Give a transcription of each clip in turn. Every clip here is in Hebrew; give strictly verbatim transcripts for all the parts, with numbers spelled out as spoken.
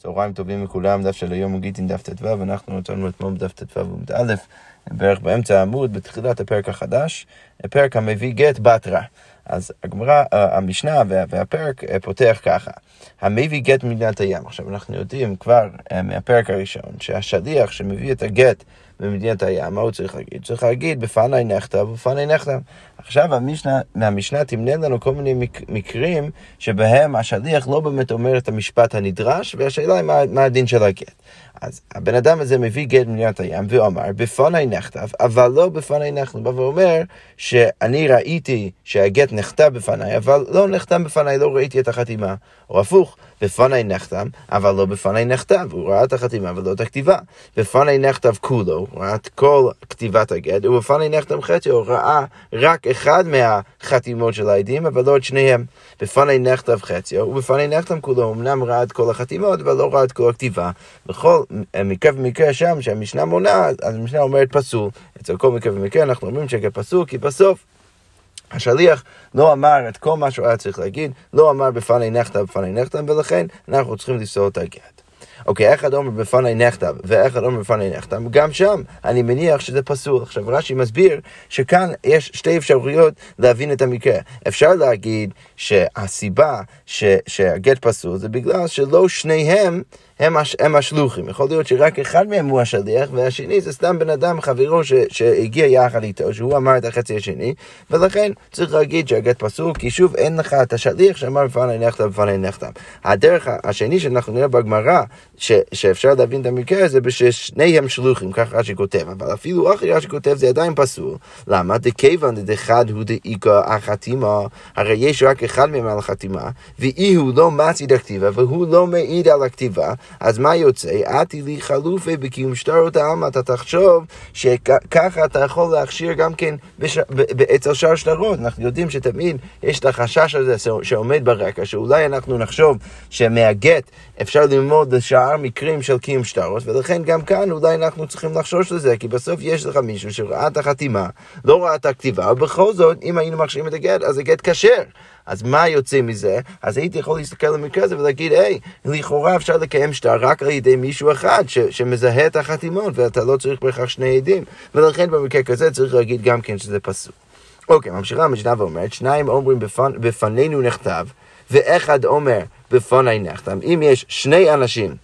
צהריים טובים לכולם, דף של היום גיטין דף ט"ו, ואנחנו נותנו אתמול בדף ט"ו ועמוד א', בערך באמצע העמוד, בתחילת הפרק החדש, הפרק המביא גט בתרא. אז הגמרא, המשנה והפרק פותח ככה, המביא גט ממדינת הים. עכשיו אנחנו יודעים כבר מהפרק הראשון, שהשליח שמביא את הגט במדינת הים, מה הוא צריך להגיד? צריך להגיד, בפני נכתב ובפני נחתם. עכשיו המשנה, מהמשנה תמנה לנו כל מיני מק, מקרים שבהם השליח לא באמת אומר את המשפט הנדרש, והשאלה היא מה, מה הדין של הגט. אז הבן אדם הזה מביא גט במדינת הים ואומר, בפני נכתב, אבל לא בפני נחתם. הוא אומר שאני ראיתי שהגט נכתב בפני, אבל לא נחתם בפני, לא ראיתי את החתימה. או הפוך, בפני נחתם, אבל לא בפני נכתב. הוא ראה את החתימה, אבל לא את הכתיבה. בפני נכתב כולו, הוא ראה את כל כתיבת הגט, ובפני נחתם חצי, הוא ראה רק אחד מהחתימות של העדים, אבל לא את שניהם. בפני נכתב חצי, ובפני נחתם כולו, אמנם ראה את כל החתימות, אבל לא ראה את כל הכתיבה. בכל מקרה ומקרה שם, שהמשנה מונה, אז המשנה אומרת פסול. אצל כל מקרה ומקרה אנחנו אומרים שכפסול, כי בסוף השליח לא אמר את כל מה שהוא היה צריך להגיד, לא אמר בפני נכתב, בפני נחתם, ולכן אנחנו צריכים לפסול את הגט. אוקיי, אחד אומר בפני נכתב, ואחד אומר בפני נחתם, גם שם אני מניח שזה פסול. עכשיו רש"י מסביר שכאן יש שתי אפשרויות להבין את המקרה. אפשר להגיד שהסיבה ש, שהגט פסול זה בגלל שלא שניהם הם, הש, הם השלוחים. יכול להיות שרק אחד מהם הוא השליח, והשני זה סתם בן אדם חברו ש, שהגיע יחד איתו, שהוא אמר את החצי השני, ולכן צריך להגיד שהגט פסול, כי שוב אין לך את השליח שאמר בפני נכתב, בפני נחתם. הדרך השני שאנחנו נראה בגמרא, ש, שאפשר להבין את המקרה הזה, בששניהם שלוחים, כך רש"י כותב, אבל אפילו אחרי רש"י כותב זה עדיין פסול. למה? דכיוון דאחד הוא דאיכא החתימה, הרי יש רק אחד מהם על החתימה, ואי הוא לא מציא הכתיבה, והוא לא מעיד על הכתיבה, אז מה יוצא? עתי לי חלופי בקיום שטרות העם, אתה תחשוב שככה אתה יכול להכשיר גם כן בש... אצל שאר שטרות. אנחנו יודעים שתמיד יש את החשש הזה שעומד ברקע, שאולי אנחנו נחשוב שמהגט אפשר ללמוד לשאר מקרים של קיום שטרות, ולכן גם כאן אולי אנחנו צריכים לחשוש לזה, כי בסוף יש לך מישהו שראה את החתימה, לא ראה את הכתיבה, ובכל זאת, אם היינו מכשירים את הגט, אז הגט כשר. אז מה יוצא מזה? אז הייתי יכול להסתכל על המקרה הזה ולהגיד, היי, לכאורה אפשר לקיים שטר רק על ידי מישהו אחד ש- שמזהה את החתימות, ואתה לא צריך בהכרח שני עדים, ולכן במקרה כזה צריך להגיד גם כן שזה פסול. אוקיי, ממשיכה המשנה ואומרת, שניים אומרים בפנ... בפנינו נכתב, ואחד אומר בפני נחתם. אם יש שני אנשים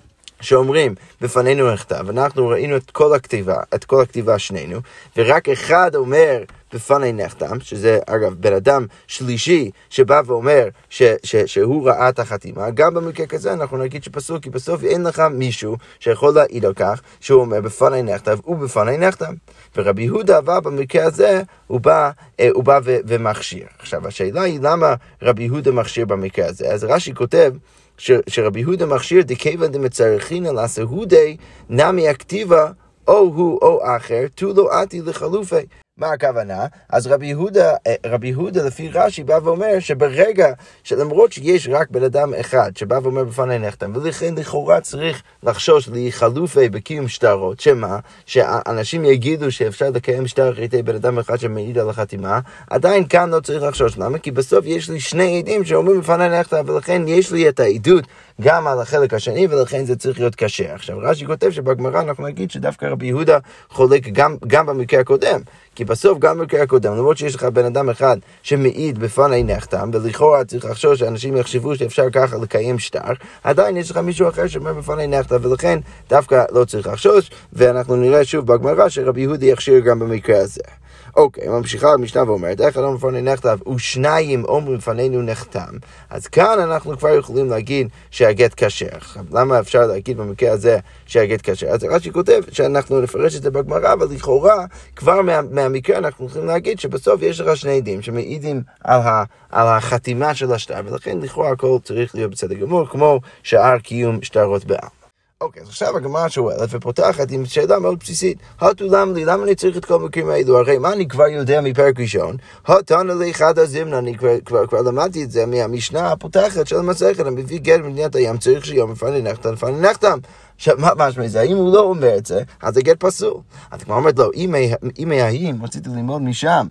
שאומרים בפנינו נכתב, אנחנו ראינו את כל הכתיבה, את כל הכתיבה שנינו, ורק אחד אומר בפני נחתם, שזה אגב בן אדם שלישי שבא ואומר ש, ש, שהוא ראה את החתימה, גם במקרה כזה אנחנו נגיד שפסול, כי בסוף אין לך מישהו שיכול להעיד על כך שהוא אומר בפני נכתב ובפני נחתם. ורבי יהודה בא במקרה הזה, הוא בא, הוא בא ו, ומכשיר. עכשיו השאלה היא למה רבי יהודה מכשיר במקרה הזה? אז רש"י כותב ש, שרבי יהודה מכשיר דכיוון דמצריכינא לסהודי נמי הכתיבה או הוא או אחר תו לא עתי לחלופי. מה הכוונה? אז רבי יהודה, רבי יהודה לפי רש"י בא ואומר שברגע שלמרות שיש רק בן אדם אחד שבא ואומר בפני נחתם, ולכן לכאורה צריך לחשוש לחלופי בקיום שטרות, שמה? שאנשים יגידו שאפשר לקיים שטר אחרי בן אדם אחד שמעיד על החתימה, עדיין כאן לא צריך לחשוש. למה? כי בסוף יש לי שני עדים שאומרים בפני נחתם, ולכן יש לי את העדות גם על החלק השני, ולכן זה צריך להיות קשה. עכשיו רש"י כותב שבגמרא אנחנו נגיד שדווקא רבי יהודה חולק גם, גם במקרה הקודם, כי בסוף גם במקרה הקודם, למרות שיש לך בן אדם אחד שמעיד בפני נחתם, ולכאורה צריך לחשוש שאנשים יחשבו שאפשר ככה לקיים שטר, עדיין יש לך מישהו אחר שאומר בפני נחתם, ולכן דווקא לא צריך לחשוש, ואנחנו נראה שוב בגמרא שרבי יהודה יכשיר גם במקרה הזה. אוקיי, ממשיכה המשנה ואומרת, אחד אומר בפני נכתב ושניים אומרים בפנינו נחתם. אז כאן אנחנו כבר יכולים להגיד שהגט כשר. למה אפשר להגיד במקרה הזה שהגט כשר? אז רש"י כותב שאנחנו נפרש את זה בגמרא, אבל לכאורה כבר מה, מהמקרה אנחנו יכולים להגיד שבסוף יש לך שני עדים שמעידים על, ה, על החתימה של השטר, ולכן לכאורה הכל צריך להיות בסדר גמור, כמו שאר קיום שטרות בעם. אוקיי, אז עכשיו הגמרא שואלת ופותחת עם שאלה מאוד בסיסית. הטו למה לי, למה אני צריך את כל המקרים האלו? הרי מה אני כבר יודע מפרק ראשון? התנא לאחד הזימנה, אני כבר, כבר, כבר למדתי את זה מהמשנה הפותחת של המסכת, המביא גט במדינת הים, צריך שיום בפני נחתם, בפני נחתם. עכשיו, מה משמע זה? אם הוא לא אומר את זה, אז זה גט פסול. אז כמו אומרת לו, אם מהאים, רציתי ללמוד משם,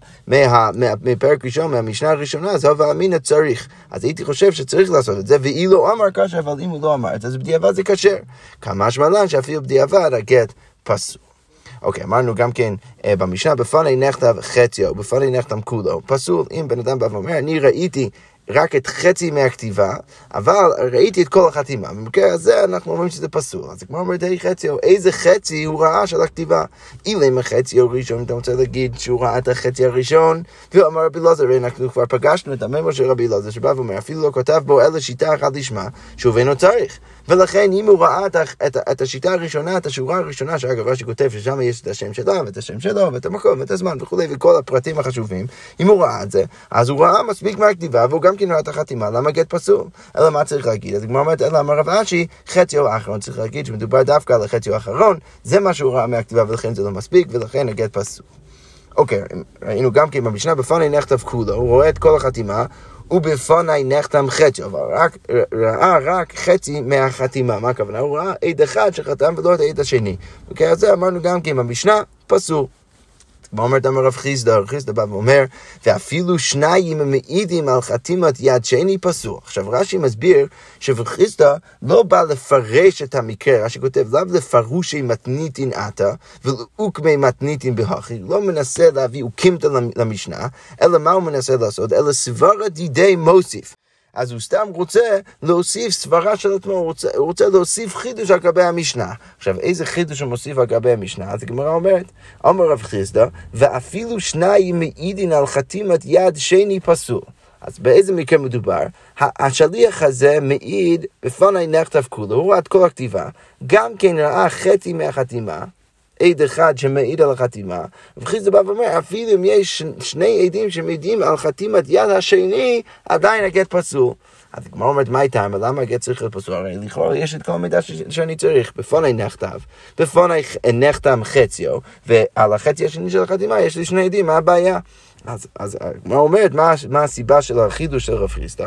מפרק ראשון, מהמשנה הראשונה, אז הווה אמינא צריך. אז הייתי חושב שצריך לעשות את זה, ואילו אמר כשר, אבל אם הוא לא אמר את זה, אז בדיעבד זה כשר. כמשמע לן שאפילו בדיעבד הגט פסול. אוקיי, אמרנו גם כן במשנה, בפני נכתב חציו, בפני נכתב כולו, פסול. אם בן אדם בא ואומר, אני ראיתי רק את חצי מהכתיבה, אבל ראיתי את כל החתימה. במקרה הזה אנחנו אומרים שזה פסול. אז כמו אומרת, היי חציו, איזה חצי הוא ראה של הכתיבה? אילם החצי הראשון, אתה רוצה להגיד שהוא ראה את החצי הראשון, ואומר רבי אלעזר, ואנחנו כבר פגשנו את המאמר של רבי אלעזר, שבא ואומר, אפילו לא כתב בו אלא שיטה אחת לשמה, שוב אינו צריך. ולכן אם הוא ראה את, את, את השיטה הראשונה, את השורה הראשונה, שאגב רש"י כותב ששם יש את השם שלו, ואת השם שלו, ואת המקום, ואת הזמן וכו', וכל הפרטים החשובים, אם הוא ראה את זה, אז הוא ראה מספיק מהכתיבה, והוא גם כן ראה את החתימה, למה גט פסול? אלא מה צריך להגיד? אז הגמרא אומרת, אלא אמר רב אשי, חציו האחרון, צריך להגיד שמדובר דווקא על החציו האחרון, זה מה שהוא ראה מהכתיבה, ולכן זה לא מספיק, ולכן הגט פסול. אוקיי, ראינו גם כן במשנה, בפני נכתב כולו, הוא רואה את כל החתימה, ובפני נחתם חציו, אבל רק, ראה רק חצי מהחתימה. מה הכוונה? הוא ראה עד אחד שחתם ולא את העד השני. וכי אז זה אמרנו גם כן במשנה, פסול. כמו אומרת אמר רב חיסדא, רב חיסדא בא ואומר, ואפילו שניים מעידים על חתימת יד שני פסול. עכשיו רש"י מסביר שרב חיסדא לא בא לפרש את המקרה, רש"י כותב, לאו לפרושי מתניתין עתה, ולעוקמי מתניתין בהכי, לא מנסה להביא עוקימתא למשנה, אלא מה הוא מנסה לעשות? אלא סברה דידי מוסיף. אז הוא סתם רוצה להוסיף סברה של עצמו, הוא רוצה, הוא רוצה להוסיף חידוש על גבי המשנה. עכשיו, איזה חידוש הוא מוסיף על גבי המשנה? אז הגמרא אומרת, אמר רב חיסדא, ואפילו שניים מעידין על חתימת יד שני פסול. אז באיזה מקרה מדובר? השליח הזה מעיד בפני נכתב כולו, הוא ראה את כל הכתיבה, גם כן ראה חצי מהחתימה, עד אחד שמעיד על החתימה, וחיסדא בא ואומר, אפילו אם יש שני עדים שמעידים על חתימת יד השני, עדיין הגט פסול. אז הגמרא אומרת, מה איתם? למה הגט צריך להיות פסול? הרי לכאורה יש את כל המידע שאני צריך. בפני נכתב, בפני נחתם חציו, ועל החצי השני של החתימה יש לי שני עדים, מה הבעיה? אז, אז הגמרא אומרת, מה, מה הסיבה של החידוש של רב חיסדא?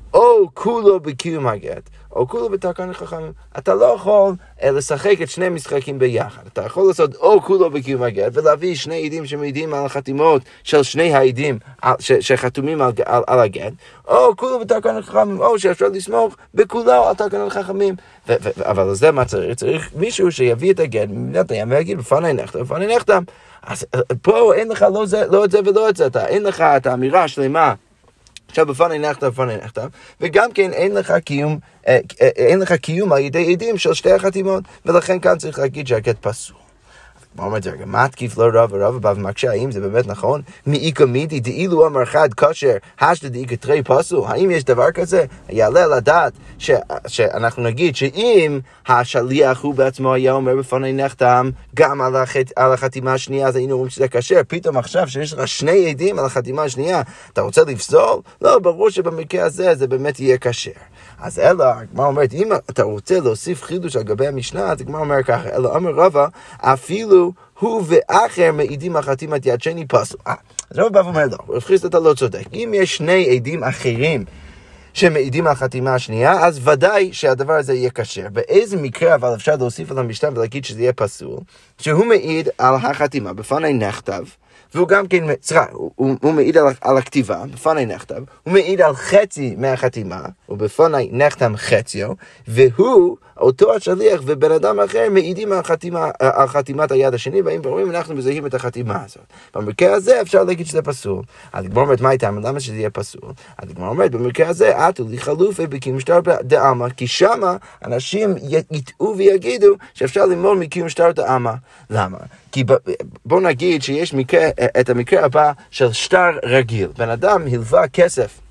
או כולו בקיום הגט, או כולו בתקנת חכמים. אתה לא יכול לשחק את שני משחקים ביחד. אתה יכול לעשות או כולו בקיום הגט, ולהביא שני עדים שמעידים על החתימות של שני העדים ש- שחתומים על, על, על הגט, או כולו בתקנת חכמים, או שאפשר לסמוך בכולו על תקנת חכמים. ו- ו- אבל זה מה צריך? צריך מישהו שיביא את הגט, ממידת הים, ויגיד בפני נחתם, בפני נחתם. אז פה אין לך לא, זה, לא את זה ולא את זה, אתה, אין לך את האמירה השלמה, עכשיו בפני נכתב, בפני נכתב, וגם כן אין לך קיום, אין לך קיום על ידי עדים של שתי החתימות, ולכן כאן צריך להגיד שהגט פסול. מה אומרת זה? מה תקיף לא רב ורב בא ומקשה, האם זה באמת נכון? מאיקה מידי, דאילו אמר חד כשר, השדה דאיקה תרי פסול. האם יש דבר כזה? יעלה לדעת ש, שאנחנו נגיד שאם השליח הוא בעצמו היה אומר בפני נחתם, גם על, החת, על החתימה השנייה, אז היינו אומרים שזה כשר. פתאום עכשיו שיש לך שני עדים על החתימה השנייה, אתה רוצה לפסול? לא, ברור שבמקרה הזה זה באמת יהיה כשר. אז אלא, הגמרא אומרת, אם אתה רוצה להוסיף חידוש על גבי המשנה, אז הגמרא אומר ככה, אלא אמר רבא, אפילו הוא ואחר מעידים על חתימת יד שני פסול. אה, אז רבא בא ואומר, לא, רב חיסדא אתה לא צודק. אם יש שני עדים אחרים שמעידים על חתימה השנייה, אז ודאי שהדבר הזה יהיה כשר. באיזה מקרה אבל אפשר להוסיף על המשנה ולהגיד שזה יהיה פסול? שהוא מעיד על החתימה, בפני נכתב, והוא גם כן, סליחה, הוא, הוא, הוא מעיד על, על הכתיבה, בפני נכתב, הוא מעיד על חצי מהחתימה, ובפני נחתם חציו, והוא, אותו השליח ובן אדם אחר, מעידים על, חתימה, על חתימת היד השני, והם אומרים, אנחנו מזהים את החתימה הזאת. במקרה הזה אפשר להגיד שזה פסול. אז הגמרא אומרת, מה איתם? למה שזה יהיה פסול? אז הגמרא אומרת, במקרה הזה, עטו לי חלופי בקיום שטר דעלמא, כי שמה אנשים יטעו ויגידו שאפשר ללמוד מקיום שטר דעלמא. למה? כי בוא נגיד שיש מקרה, את המקרה הבא של שטר רגיל. בן אדם הלווה כסף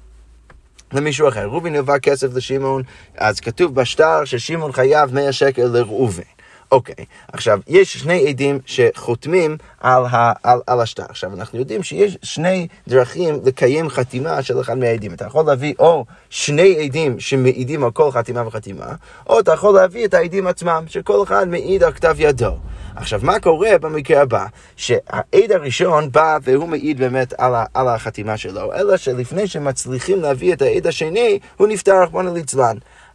למישהו אחר. ראובן הלווה כסף לשמעון, אז כתוב בשטר ששמעון חייב מאה שקל לראובן. אוקיי, עכשיו, יש שני עדים שחותמים על, ה, על, על השטר. עכשיו, אנחנו יודעים שיש שני דרכים לקיים חתימה של אחד מהעדים. אתה יכול להביא או שני עדים שמעידים על כל חתימה וחתימה, או אתה יכול להביא את העדים עצמם, שכל אחד מעיד על כתב ידו. עכשיו, מה קורה במקרה הבא? שהעד הראשון בא והוא מעיד באמת על, ה, על החתימה שלו, אלא שלפני שמצליחים להביא את העד השני, הוא נפטר רחמנא ליצלן.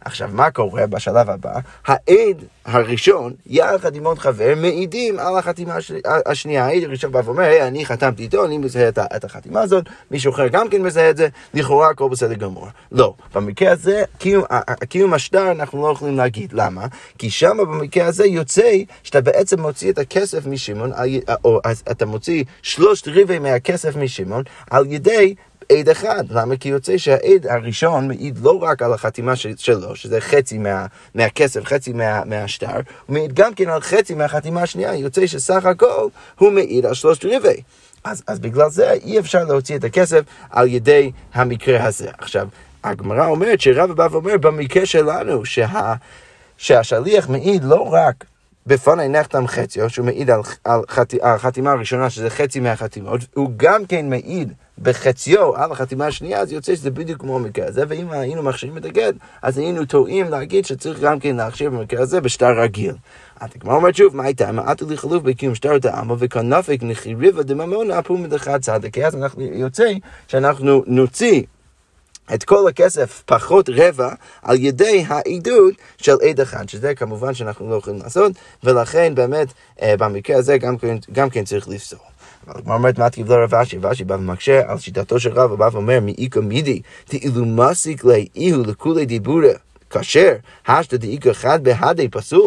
עכשיו, מה קורה בשלב הבא? העד הראשון, יחד עם עוד חבר, מעידים על החתימה השנייה. העד הראשון בא ואומר, היי, אני חתמתי איתו, אני מזהה את החתימה הזאת, מישהו אחר גם כן מזהה את זה, לכאורה הכל בסדר גמור. לא, במקרה הזה, קיום, קיום השטר אנחנו לא יכולים להגיד. למה? כי שם במקרה הזה יוצא שאתה בעצם מוציא את הכסף משמעון, או אתה מוציא שלושת רבעי מהכסף משמעון, על ידי עד אחד. למה? כי יוצא שהעד הראשון מעיד לא רק על החתימה שלו, שזה חצי מה, מהכסף, חצי מה, מהשטר, הוא מעיד גם כן על חצי מהחתימה השנייה. יוצא שסך הכל הוא מעיד על שלושת רבעי. אז, אז בגלל זה אי אפשר להוציא את הכסף על ידי המקרה הזה. עכשיו, הגמרא אומרת שרב בא ואומר במקרה שלנו שה, שהשליח מעיד לא רק בפני נחתם חציו, שהוא מעיד על, על חתי, החתימה הראשונה, שזה חצי מהחתימות, הוא גם כן מעיד בחציו על החתימה השנייה, אז יוצא שזה בדיוק כמו המקרה הזה, ואם היינו מכשירים את הגט, אז היינו טועים להגיד שצריך גם כן להכשיר במקרה הזה בשטר רגיל. הגמרא אומרת שוב, מה הייתה? מה עתו לי חלוף בקיום שטר דעלמא וכנפק נחריבה דממונה אפום מדחת צדק. אז אנחנו יוצא שאנחנו נוציא את כל הכסף פחות רבע על ידי העדות של עד אחד, שזה כמובן שאנחנו לא יכולים לעשות, ולכן באמת במקרה הזה גם כן, גם כן צריך לפסול. אבל כמו אומרת, מה תגיב לרב אשי? ואשי בא ומקשה על שיטתו של רב, ובא ואומר, מאיקו מידי, תאילו מסיק לי איהו לכולי דיבורה, כאשר השתא דאיקו אחד בהדי פסול,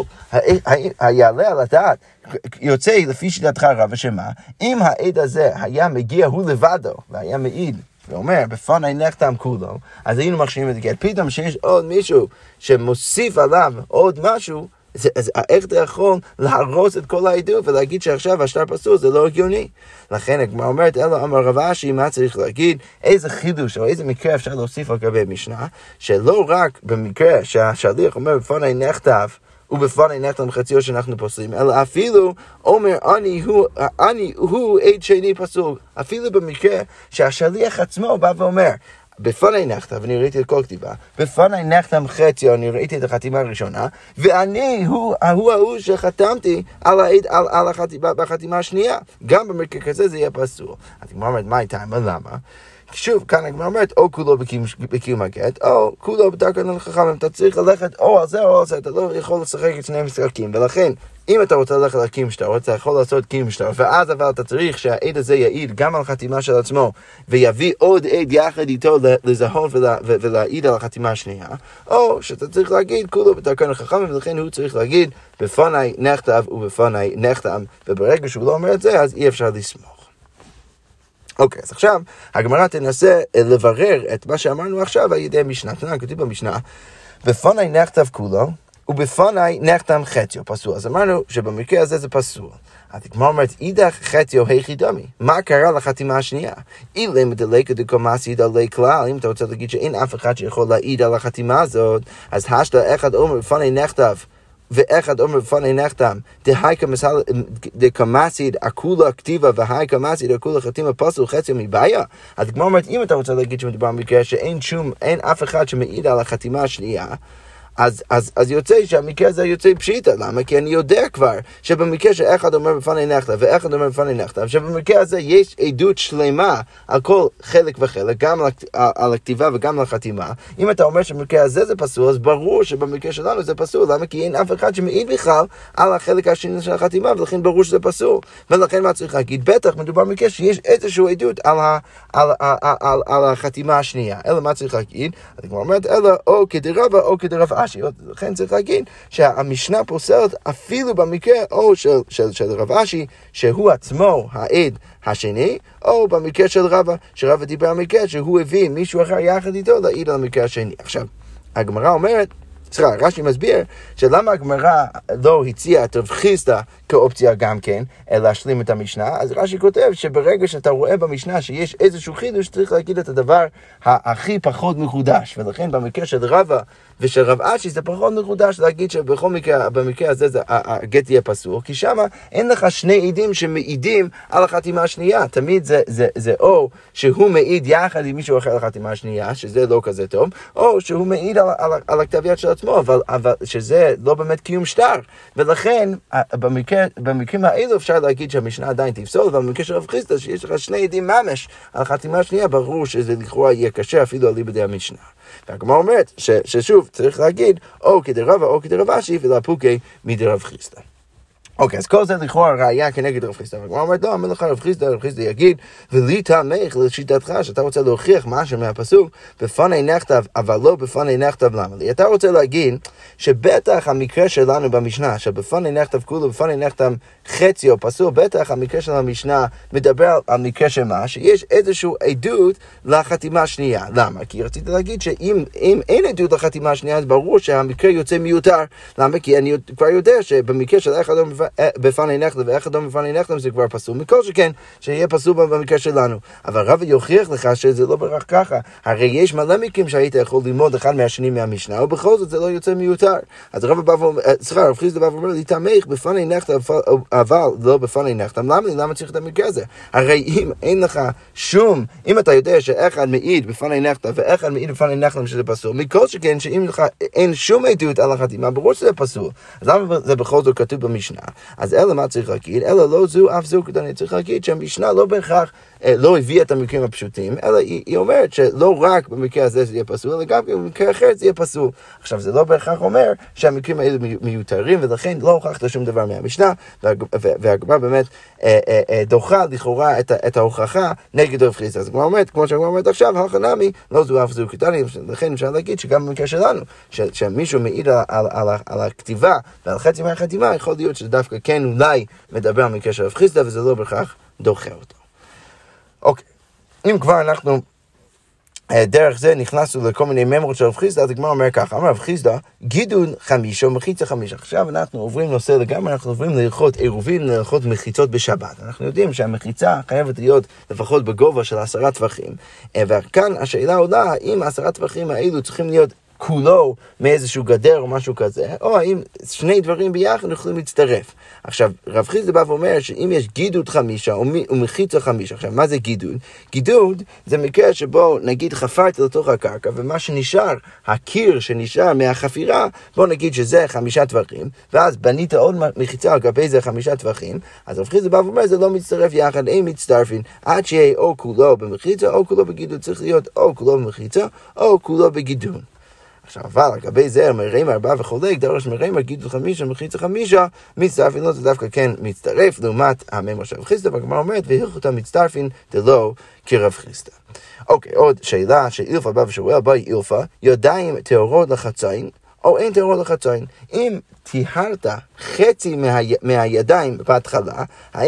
היעלה על הדעת, יוצא לפי שיטתך רב שמה, אם העד הזה היה מגיע הוא לבדו, והיה מעיד, ואומר, בפני נחתם כולו, אז היינו מכשירים את הגט. פתאום שיש עוד מישהו שמוסיף עליו עוד משהו, אז איך אתה יכול להרוס את כל העדות ולהגיד שעכשיו השטר פסול? זה לא הגיוני. לכן הגמרא אומרת, אלא אמר רב אשי, מה צריך להגיד? איזה חידוש או איזה מקרה אפשר להוסיף על גבי משנה, שלא רק במקרה שהשליח אומר בפני נחתם, ובפני נחתם חציו שאנחנו פוסלים, אלא אפילו אומר, אני הוא, אני הוא עד שני פסול. אפילו במקרה שהשליח עצמו בא ואומר, בפני נחתם, ואני ראיתי את כל כתיבה, בפני נחתם חציו, אני ראיתי את החתימה הראשונה, ואני הוא ההוא ההוא שחתמתי על העד, על, על החתימה, בחתימה השנייה. גם במקרה כזה זה יהיה פסול. אז הגמרא אומרת, מה הייתה? למה? שוב, כאן הגמרא אומרת, או כולו בקיום הגט, או כולו בתקנון חכמים. אתה צריך ללכת או על זה או על זה, אתה לא יכול לשחק את שני משחקים, ולכן, אם אתה רוצה ללכת לקיום שטר, אתה יכול לעשות קיום שטר, ואז אבל אתה צריך שהעד הזה יעיד גם על חתימה של עצמו, ויביא עוד עד יחד איתו לזהות ולהעיד על החתימה השנייה, או שאתה צריך להגיד, כולו בתקנון חכמים, ולכן הוא צריך להגיד, בפני נכתב ובפני נחתם, וברגע שהוא לא אומר את זה, אז אי אפשר לסמוך. אוקיי, אז עכשיו הגמרא תנסה לברר את מה שאמרנו עכשיו על ידי משנה. כתוב במשנה, בפני נכתב כולו ובפני נחתם חציו פסול. אז אמרנו שבמקרה הזה זה פסול. אז הגמרא אומרת, אידך חציו היכי דמי. מה קרה לחתימה השנייה? אילם דליקא דקומסיד עלי כלל, אם אתה רוצה להגיד שאין אף אחד שיכול להעיד על החתימה הזאת, אז השתא אחד אומר בפני נכתב ואחד אומר בפני נחתם, דקמסיד אקולה כתיבה והי קמסיד אקולה חתימה פסול חציו מבעיה. אז כמו אומרת, אם אתה רוצה להגיד שמדובר במקרה שאין שום, אין אף אחד שמעיד על החתימה השנייה, אז, אז, אז יוצא שהמקרה הזה יוצא פשיטה. למה? כי אני יודע כבר שבמקרה שאחד אומר בפני נחתם ואחד אומר בפני נחתם, שבמקרה הזה יש עדות שלמה על כל חלק וחלק, גם על, על הכתיבה וגם על החתימה. אם אתה אומר שבמקרה הזה זה פסול, אז ברור שבמקרה שלנו זה פסול. למה? כי אין אף אחד שמעיד בכלל על החלק השני של החתימה, ולכן ברור שזה פסול. ולכן מה צריך להגיד? בטח מדובר במקרה שיש איזשהו עדות על, ה, על, על, על, על, על החתימה השנייה. אלא מה צריך להגיד? אני כבר אומרת, אלא או כדרבה או כדרב אשי. לכן צריך להגיד שהמשנה פוסלת אפילו במקרה או של, של, של רב אשי, שהוא עצמו העד השני, או במקרה של רבא, שרבא דיבר על מקרה שהוא הביא מישהו אחר יחד איתו להעיד על המקרה השני. עכשיו, הגמרא אומרת, סליחה, רש"י מסביר שלמה הגמרא לא הציעה את רב חיסדא כאופציה גם כן, אלא להשלים את המשנה. אז רש"י כותב שברגע שאתה רואה במשנה שיש איזשהו חידוש, צריך להגיד את הדבר הכי פחות מחודש, ולכן במקרה של רבא ושל רב אשי זה פחות מחודש להגיד שבכל מקרה, במקרה הזה זה, הגט יהיה פסול, כי שמה אין לך שני עדים שמעידים על החתימה השנייה. תמיד זה, זה, זה או שהוא מעיד יחד עם מישהו אחר על החתימה השנייה, שזה לא כזה טוב, או שהוא מעיד על, על, על הכתב יד של עצמו, אבל, אבל שזה לא באמת קיום שטר. ולכן במקרה, במקרים האלו אפשר להגיד שהמשנה עדיין תפסול, אבל במקרה של רב חיסדא שיש לך שני עדים ממש על החתימה השנייה, ברור שזה לכאורה יהיה קשה אפילו על ליבדי המשנה. והגמרא אומרת ש, ששוב צריך להגיד או כדרבא או כדרב אשי ולא פוקי מדרב חיסדא. אוקיי, אז כל זה לכאורה ראיה כנגד רב חיסדא. והגמרא אומרת, לא, אמר לך רב חיסדא, רב חיסדא יגיד, ולי תמך לשיטתך, שאתה רוצה להוכיח משהו מהפסוק, בפני נכתב, אבל לא בפני נכתב למה לי. אתה רוצה להגיד שבטח המקרה שלנו במשנה, שבפני נכתב כולו, בפני נכתב חצי או פסוק, בטח המקרה של המשנה מדבר על מקרה של מה, שיש איזושהי עדות לחתימה השנייה. למה? כי רציתי להגיד שאם אם אין עדות לחתימה השנייה, אז ברור שהמקרה יוצא מיותר. למה? כי אני כבר יודע שבמקרה של אחד בפני נכתב ואחד בפני נכתב זה כבר פסול, מכל שכן שיהיה פסול במקרה שלנו. אבל רב יוכיח לך שזה לא ברח ככה. הרי יש מלא מקרים שהיית יכול ללמוד אחד מהשני מהמשנה, ובכל זאת זה לא יוצא מיותר. אז רב בא ואומר, סליחה, רב חיסדא בא ואומר, להתעמך בפני נכתב אבל לא בפני נכתב. למה לי? למה צריך את המקרה הזה? הרי אם אין לך שום, אם אתה יודע שאחד מעיד בפני נכתב ואחד מעיד בפני נכתב שזה פסול, מכל שכן שאם לך אין שום עדות על החתימה, ברור שזה פסול. אז למה זה בכל זאת כתוב במשנה? אז אלא מה צריך להגיד? אלא לא זו אף זו כדאי. צריך להגיד שהמשנה לא בהכרח לא הביאה את המקרים הפשוטים, אלא היא, היא אומרת שלא רק במקרה הזה זה יהיה פסול, אלא גם במקרה אחר זה יהיה פסול. עכשיו, זה לא בהכרח אומר שהמקרים האלה מיותרים, ולכן לא הוכחת שום דבר מהמשנה, והגמרא באמת אה, אה, אה, דוחה לכאורה את, את ההוכחה נגד רב חיסדא. אז הגמרא אומרת, כמו שהגמרא אומרת עכשיו, החנמי לא זו אף זו כדאי. לכן אפשר להגיד שגם במקרה שלנו, ש, שמישהו מעיד על, על, על, על הכתיבה ועל חצי מהחתימה, יכול להיות שדווקא כן אולי מדבר על מקרה של רב חיסדא, וזה לא בהכרח דוחה אותו. אוקיי, אם כבר אנחנו דרך זה נכנסנו לכל מיני ממרות של רב חיסדא, אז הגמרא אומר ככה, אמר רב חיסדא, גידול חמישה ומחיצה חמישה. עכשיו אנחנו עוברים נושא לגמרי, אנחנו עוברים להלכות עירובין, להלכות מחיצות בשבת. אנחנו יודעים שהמחיצה חייבת להיות לפחות בגובה של עשרה טווחים, וכאן השאלה עולה, האם עשרה טווחים האלו צריכים להיות כולו מאיזשהו גדר או משהו כזה, או האם שני דברים ביחד יכולים להצטרף. עכשיו, רב חיסדא בא ואומר שאם יש גידוד חמישה ומחיצה חמישה, עכשיו, מה זה גידוד? גידוד זה מקרה שבו נגיד חפרת לתוך הקרקע, ומה שנשאר, הקיר שנשאר מהחפירה, בוא נגיד שזה חמישה טווחים, ואז בנית עוד מחיצה על גבי זה חמישה טווחים, אז רב חיסדא בא ואומר, זה לא מצטרף יחד, אין מצטרפים, עד שיהיה או כולו במחיצה, או כולו בגידוד, צריך להיות או כולו במחיצה, או כולו בגידוד. עכשיו, אבל לגבי זה, מראים ארבעה וחולק, דרש מראים גידול חמישה, מחיצה חמישה, מצטרפין לא, זה דווקא כן מצטרף, לעומת הממרה של רב חיסדא, והגמרא אומרת, והלכות מצטרפין דלא כרב חיסדא. אוקיי, עוד שאלה שאילפה בא ושואל, באי אילפה, ידיים טהורות לחצאין, או אין טהורות לחצאין. אם טיהרת חצי מה, מהידיים בהתחלה,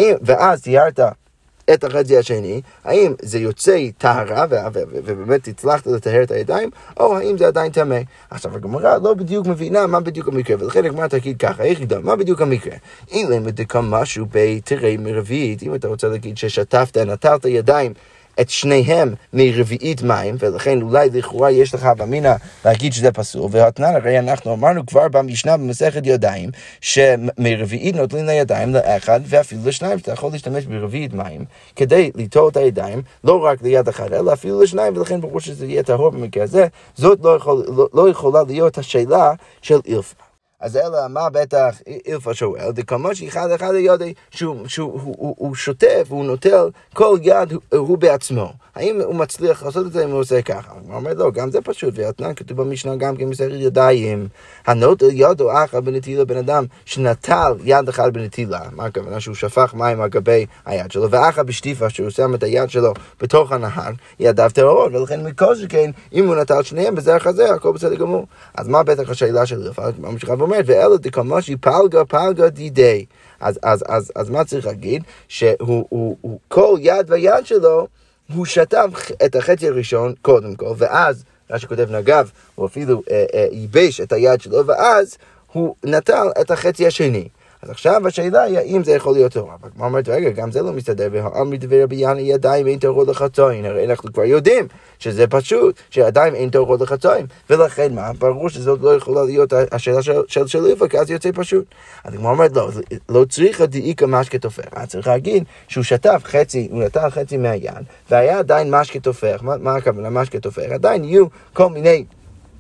ואז טיהרת את החצי השני, האם זה יוצא טהרה, ובאמת הצלחת לטהר את הידיים, או האם זה עדיין טמא. עכשיו, הגמרא לא בדיוק מבינה מה בדיוק המקרה, ולכן הגמרא תגיד ככה, איך ידע, מה בדיוק המקרה? אם מדקם משהו בתרי מרביעית, אם אתה רוצה להגיד ששטפת, נטלת ידיים, את שניהם מרביעית מים, ולכן אולי לכאורה יש לך במינה להגיד שזה פסול, והתנן הרי אנחנו אמרנו כבר במשנה במסכת ידיים, שמרביעית נוטלים לידיים לאחד, ואפילו לשניים, שאתה יכול להשתמש ברביעית מים, כדי ליטול את הידיים, לא רק ליד אחד, אלא אפילו לשניים, ולכן ברור שזה יהיה טהור במקרה הזה, זאת לא, יכול, לא, לא יכולה להיות השאלה של אילפה. אז אלא מה בטח אילפה שואל, דכמה שאחד אחד הידי שהוא, שהוא הוא, הוא, הוא שוטף, הוא נוטל כל יד הוא, הוא בעצמו. האם הוא מצליח לעשות את זה אם הוא עושה ככה? הוא אומר לא, גם זה פשוט, והתנן כתוב במשנה גם כמסכת ידיים, הנוטל ידו אחת בנטילה, בן אדם שנטל יד אחד בנטילה, מה הכוונה? שהוא שפך מים על גבי היד שלו, ואחת בשטיפה שהוא שם את היד שלו בתוך הנהר, ידיו טהורות, ולכן מכל שכן, אם הוא נטל שניהם בזה אחזה, הכל בסדר גמור. אז מה בטח השאלה של אילפה? ממשיכה ואומרת, ואלה דכמה שהיא פלגה פלגה דידי. אז, אז, אז, אז מה צריך להגיד? שהוא הוא, הוא, כל יד ויד שלו, הוא שטף את החצי הראשון קודם כל, ואז, מה שכותב נגב, הוא אפילו אה, אה, ייבש את היד שלו, ואז הוא נטל את החצי השני. אז עכשיו השאלה היא, האם זה יכול להיות טהור? אבל כמו אומרת, רגע, גם זה לא מסתדר, והאמרי דבר רבי ינא ידיים אין טהורות לחצאין, הרי אנחנו כבר יודעים שזה פשוט, שידיים אין טהורות לחצאין, ולכן מה? ברור שזאת לא יכולה להיות השאלה של, של, של אילפה, כי אז זה יוצא פשוט. אז כמו אומרת, לא, לא צריך דאיקה משקה תופח, צריך להגיד שהוא שטף חצי, הוא נטל חצי מהיד, והיה עדיין משקה תופח, מה, מה הכוונה משקה תופח? עדיין יהיו כל מיני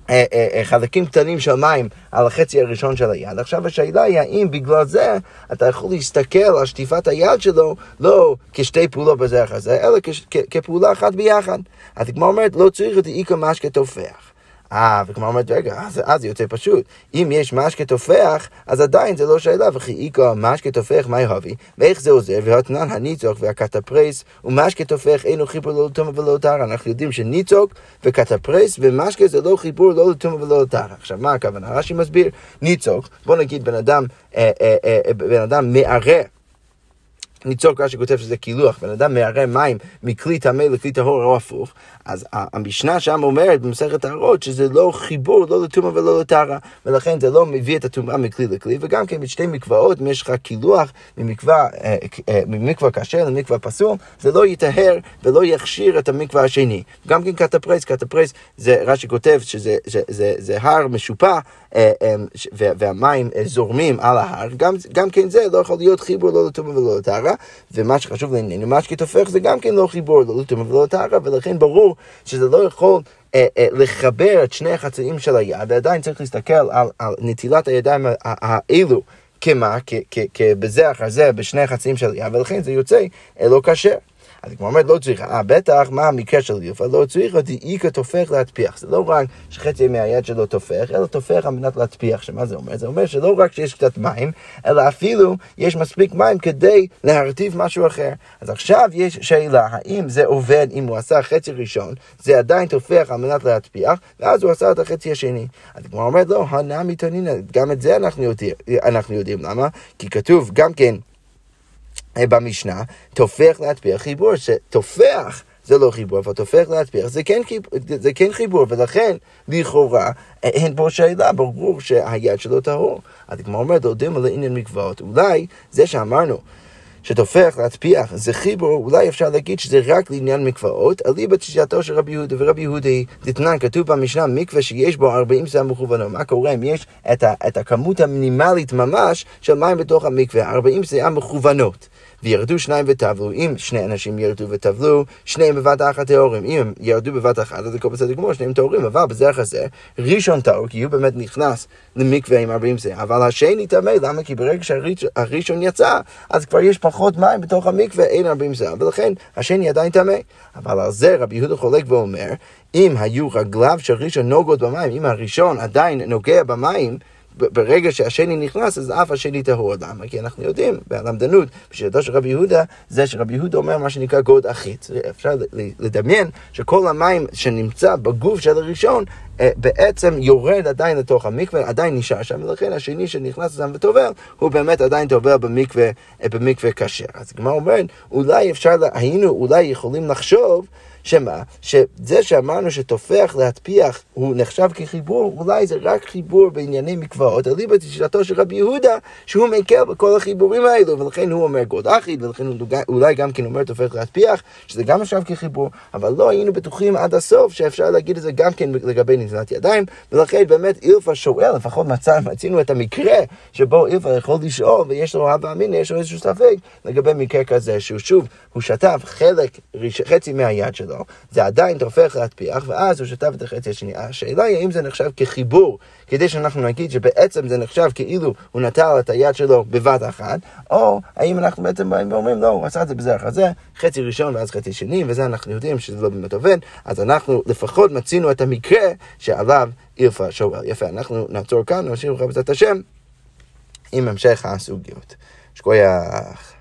חלקים קטנים של מים על החצי הראשון של היד. עכשיו השאלה היא האם בגלל זה אתה יכול להסתכל על שטיפת היד שלו לא כשתי פעולות בזה אחר זה, אלא כפעולה אחת ביחד. אז כמו אומרת, לא צריך את איקה משקה תופח. אה, וכמו אומרת, רגע, אז, אז זה יוצא פשוט. אם יש משקה תופח, אז עדיין זה לא שאלה, וכי איקה משקה תופח, מה יהווי? ואיך זה עוזר? והתנן הניצוק והקטפרס, ומשקה תופח אינו חיבור לא לטומאה ולא לטהרה. אנחנו יודעים שניצוק וקטפרס ומשקה זה לא חיבור לא לטומאה ולא לטהרה. עכשיו, מה הכוונה? רש"י מסביר, ניצוק, בוא נגיד בן אדם, אה, אה, אה, בן אדם מערה, ניצוק רש"י כותב שזה קילוח, בן אדם מערה מים מכלי טמא לכלי טהור או הפוך, אז המשנה שם אומרת במסכת טהרות שזה לא חיבור, לא לטומאה ולא לטהרה, ולכן זה לא מביא את הטומאה מכלי לכלי, וגם כן בשתי מקוואות, אם יש לך קילוח ממקווה, ממקווה כשר למקווה פסול, זה לא יטהר ולא יכשיר את המקווה השני. גם כן קטפרס, קטפרס זה רש"י כותב שזה זה, זה, זה הר משופע, והמים זורמים על ההר, גם, גם כן זה לא יכול להיות חיבור לא לטומאה ולא לטהרה, ומה שחשוב לענייננו, משקה תופח זה גם כן לא חיבור לא לטומאה ולא לטהרה, ולכן ברור שזה לא יכול אה, אה, לחבר את שני החצאים של היד, ועדיין צריך להסתכל על, על נטילת הידיים האלו כמה, כבזה אחר זה בשני החצאים של היד, ולכן זה יוצא אה, לא קשה. אז כמו אומרת, לא צריך, אה, בטח, מה המקרה של אילפא? לא צריך, אותי איקה תופח להטפיח. זה לא רק שחצי מהיד שלו תופח, אלא תופח על מנת להטפיח. שמה זה אומר? זה אומר שלא רק שיש קצת מים, אלא אפילו יש מספיק מים כדי להרטיב משהו אחר. אז עכשיו יש שאלה, האם זה עובד אם הוא עשה חצי ראשון, זה עדיין תופח על מנת להטפיח, ואז הוא עשה את החצי השני. אז כמו אומרת, לא, הנמי תנינה, גם את זה אנחנו יודעים. אנחנו יודעים למה? כי כתוב גם כן, במשנה, תופח להטפיח חיבור, שתופח זה לא חיבור, אבל תופח להטפיח זה כן, זה כן חיבור, ולכן לכאורה אין פה שאלה, ברור שהיד שלו טהור. אז כמו אומרת, יודעים על העניין מקוואות, אולי זה שאמרנו שתופח להטפיח זה חיבור, אולי אפשר להגיד שזה רק לעניין מקוואות, אליבא דשיטתו של רבי יהודה, ורבי יהודה דתנן, כתוב במשנה מקווה שיש בו ארבעים שא מכוונות. מה קורה אם יש את, ה, את הכמות המינימלית ממש של מים בתוך המקווה, ארבעים שא מכוונות, וירדו שניים וטבלו, אם שני אנשים ירדו וטבלו, שניהם בבת אחת טהורים, אם הם ירדו בבת אחת, אז הכל בסדר גמור, שניהם טהורים, אבל בזה אחרי ראשון טהור, כי הוא באמת נכנס למקווה עם ארבעים שא, אבל השני טמא, למה? כי ברגע שהראשון יצא, אז כבר יש פחות מים בתוך המקווה, אין ארבעים שא, ולכן השני עדיין טמא. אבל על זה רבי יהודה חולק ואומר, אם היו רגליו של ראשון נוגעות במים, אם הראשון עדיין נוגע במים, ברגע שהשני נכנס, אז אף השני טהור. למה? כי אנחנו יודעים, בלמדנות, בשיטתו של רבי יהודה, זה שרבי יהודה אומר מה שנקרא גוד אחיץ. אפשר לדמיין שכל המים שנמצא בגוף של הראשון, בעצם יורד עדיין לתוך המקווה, עדיין נשאר שם, ולכן השני שנכנס לשם וטובל, הוא באמת עדיין טובל במקווה, במקווה כשר. אז כמו אומרת, אולי אפשר, היינו אולי יכולים לחשוב, שמה? שזה שאמרנו שתופח להטפיח הוא נחשב כחיבור, אולי זה רק חיבור בענייני מקוואות, אליבא דשיטתו של רבי יהודה, שהוא מקל בכל החיבורים האלו, ולכן הוא אומר גוד אחיד, ולכן הוא אולי גם כן אומר תופח להטפיח, שזה גם נחשב כחיבור, אבל לא היינו בטוחים עד הסוף שאפשר להגיד את זה גם כן לגבי נטילת ידיים, ולכן באמת אילפא שואל, לפחות מצא, מצינו את המקרה שבו אילפא יכול לשאול, ויש לו הווה אמינא, יש לו איזשהו ספק לגבי מקרה כזה, שהוא שוב, הוא שטף חלק, חצי מהיד שלו, זה עדיין תופח להטפיח, ואז הוא שטף את החצי השני. השאלה היא האם זה נחשב כחיבור, כדי שאנחנו נגיד שבעצם זה נחשב כאילו הוא נטל את היד שלו בבת אחת, או האם אנחנו בעצם באים ואומרים, לא, הוא עשה את זה בזה אחר זה, חצי ראשון ואז חצי שני, וזה אנחנו יודעים שזה לא באמת עובד, אז אנחנו לפחות מצינו את המקרה שעליו אילפא שואל. יפה, אנחנו נעצור כאן, נמשיך בעזרת השם עם המשך הסוגיות. שכוייח.